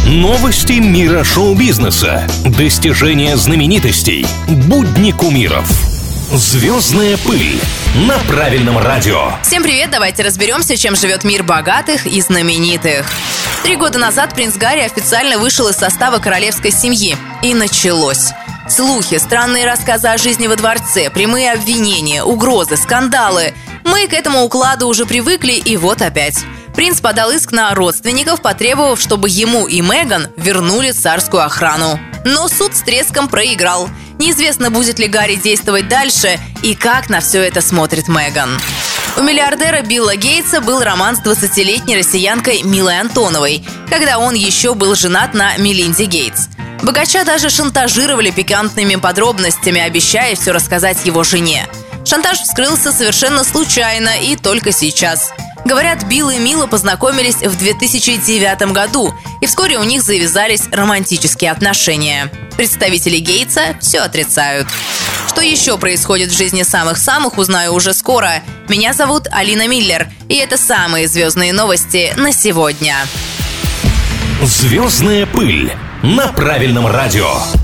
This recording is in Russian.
Новости мира шоу-бизнеса, достижения знаменитостей, будни кумиров. «Звездная пыль» на правильном радио. Всем привет, давайте разберемся, чем живет мир богатых и знаменитых. 3 года назад принц Гарри официально вышел из состава королевской семьи. И началось. Слухи, странные рассказы о жизни во дворце, прямые обвинения, угрозы, скандалы. Мы к этому укладу уже привыкли, и вот опять. Принц подал иск на родственников, потребовав, чтобы ему и Меган вернули царскую охрану. Но суд с треском проиграл. Неизвестно, будет ли Гарри действовать дальше и как на все это смотрит Меган. У миллиардера Билла Гейтса был роман с 20-летней россиянкой Милой Антоновой, когда он еще был женат на Мелинде Гейтс. Богача даже шантажировали пикантными подробностями, обещая все рассказать его жене. Шантаж вскрылся совершенно случайно и только сейчас. Говорят, Билл и Мила познакомились в 2009 году, и вскоре у них завязались романтические отношения. Представители Гейтса все отрицают. Что еще происходит в жизни самых-самых, узнаю уже скоро. Меня зовут Алина Миллер, и это самые звездные новости на сегодня. «Звездная пыль» на правильном радио.